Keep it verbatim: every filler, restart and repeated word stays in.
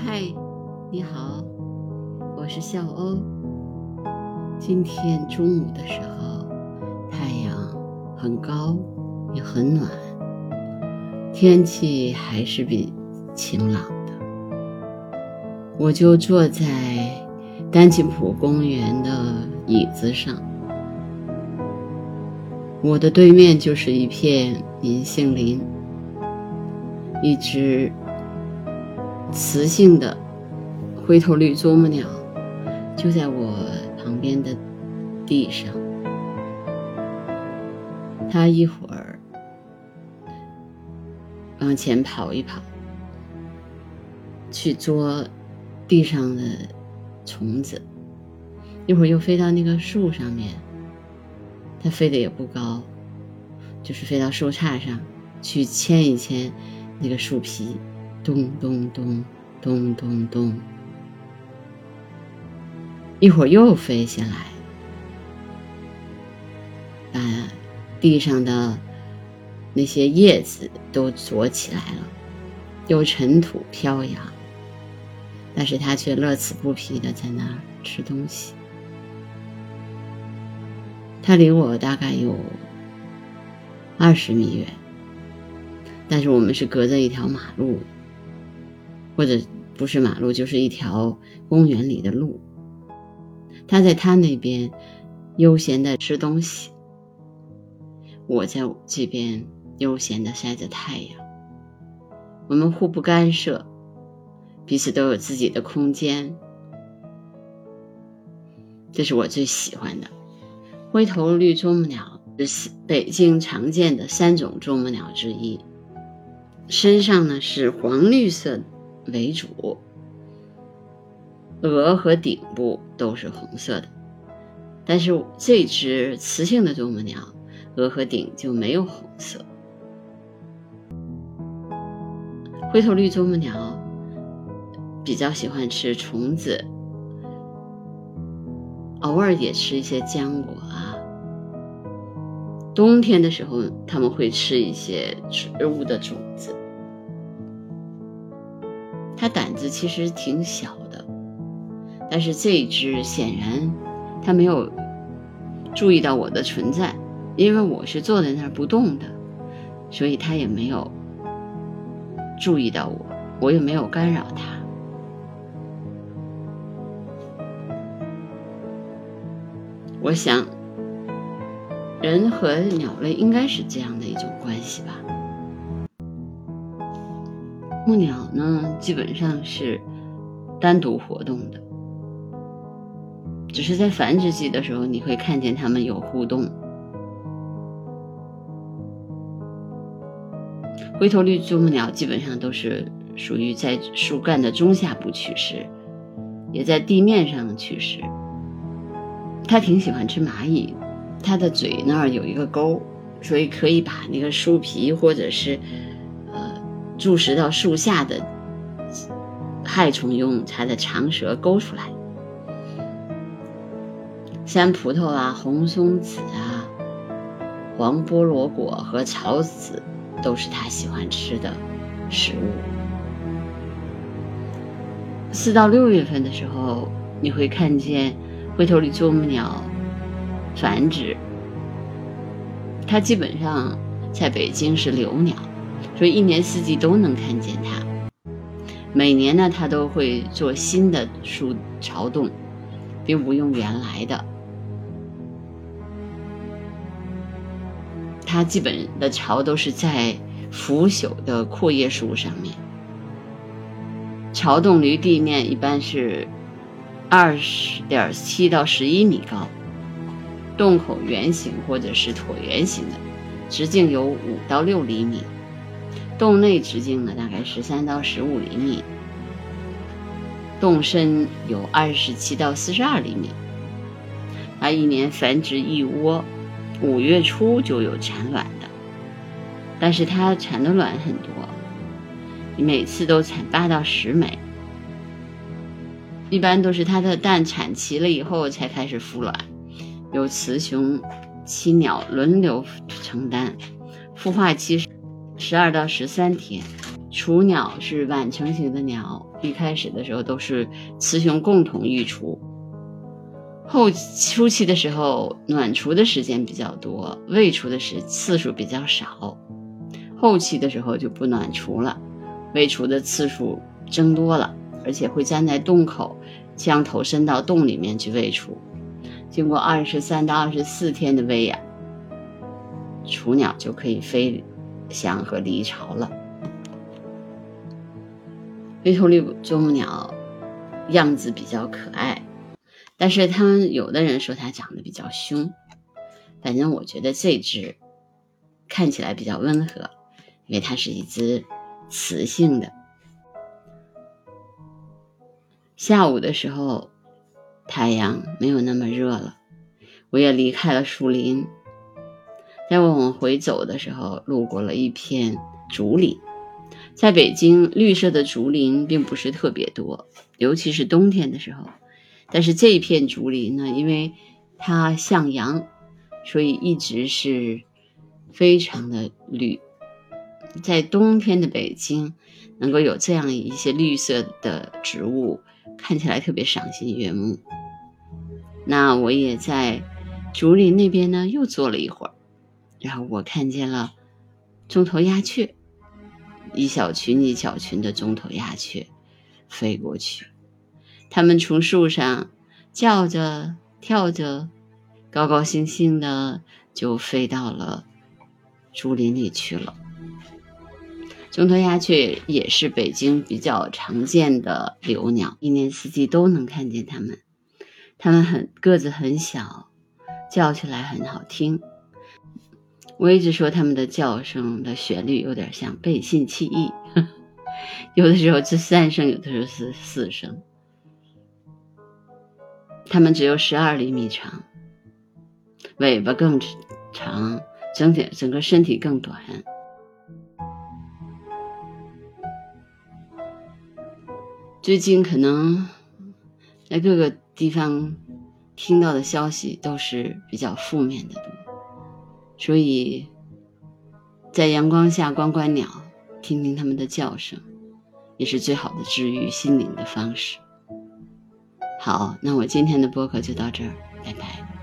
嗨，你好，我是笑欧。今天中午的时候，太阳很高，也很暖，天气还是比晴朗的。我就坐在丹青浦公园的椅子上，我的对面就是一片银杏林，一只雌性的灰头绿啄木鸟就在我旁边的地上，它一会儿往前跑一跑，去捉地上的虫子，一会儿又飞到那个树上面，它飞得也不高，就是飞到树杈上去牵一牵那个树皮，咚咚咚咚咚咚，一会儿又飞下来，把地上的那些叶子都啄起来了，有尘土飘扬，但是它却乐此不疲地在那儿吃东西。它离我大概有二十米远，但是我们是隔着一条马路，或者不是马路就是一条公园里的路。他在他那边悠闲地吃东西，我在这边悠闲地晒着太阳。我们互不干涉，彼此都有自己的空间，这是我最喜欢的。灰头绿啄木鸟是北京常见的三种啄木鸟之一，身上呢是黄绿色为主，额和顶部都是红色的，但是这只雌性的啄木鸟额和顶就没有红色。灰头绿啄木鸟比较喜欢吃虫子，偶尔也吃一些浆果啊。冬天的时候他们会吃一些植物的种子。它胆子其实挺小的，但是这一只显然它没有注意到我的存在，因为我是坐在那儿不动的，所以它也没有注意到我，我也没有干扰它。我想人和鸟类应该是这样的一种关系吧。啄木鸟呢基本上是单独活动的，只是在繁殖季的时候你会看见它们有互动。灰头绿啄木鸟基本上都是属于在树干的中下部取食，也在地面上取食。它挺喜欢吃蚂蚁，它的嘴那儿有一个沟，所以可以把那个树皮或者是呃蛀食到树下的害虫用它的长舌勾出来。山葡萄啊、红松子啊、黄菠萝果和草籽都是它喜欢吃的食物。四到六月份的时候，你会看见灰头绿啄木鸟繁殖，它基本上在北京是留鸟，所以一年四季都能看见它。每年呢，它都会做新的树巢洞，并不用原来的。它基本的巢都是在腐朽的阔叶树上面，巢洞离地面一般是二十点七到十一米高，洞口圆形或者是椭圆形的，直径有五到六厘米，洞内直径呢大概十三到十五厘米，洞深有二十七到四十二厘米。它一年繁殖一窝，五月初就有产卵的，但是它产的卵很多，每次都产八到十枚。一般都是它的蛋产齐了以后才开始孵卵，由雌雄栖鸟轮流承担，孵化期十二到十三天， 雏鸟是晚成型的鸟，一开始的时候都是雌雄共同育雏，后初期的时候卵雏的时间比较多，喂雏的时次数比较少，后期的时候就不卵雏了，喂雏的次数增多了，而且会站在洞口将头伸到洞里面去喂雏。经过二十三到二十四天的喂养，雏鸟就可以飞翔和离巢了。灰头绿啄木鸟样子比较可爱，但是他们有的人说它长得比较凶，反正我觉得这只看起来比较温和，因为它是一只雌性的。下午的时候太阳没有那么热了，我也离开了树林，在我往回走的时候路过了一片竹林。在北京绿色的竹林并不是特别多，尤其是冬天的时候，但是这一片竹林呢，因为它向阳，所以一直是非常的绿。在冬天的北京能够有这样一些绿色的植物，看起来特别赏心悦目。那我也在竹林那边呢又坐了一会儿，然后我看见了中头鸦雀，一小群一小群的中头鸦雀飞过去，它们从树上叫着跳着，高高兴兴的就飞到了竹林里去了。中头鸦雀也是北京比较常见的留鸟，一年四季都能看见它们。它们很个子很小，叫起来很好听。我一直说它们的叫声的旋律有点像背信弃义，有的时候是三声，有的时候是四声。它们只有十二厘米长，尾巴更长，整体整个身体更短。最近可能在各个地方听到的消息都是比较负面的多，所以在阳光下观观鸟，听听它们的叫声，也是最好的治愈心灵的方式。好，那我今天的播客就到这儿，拜拜。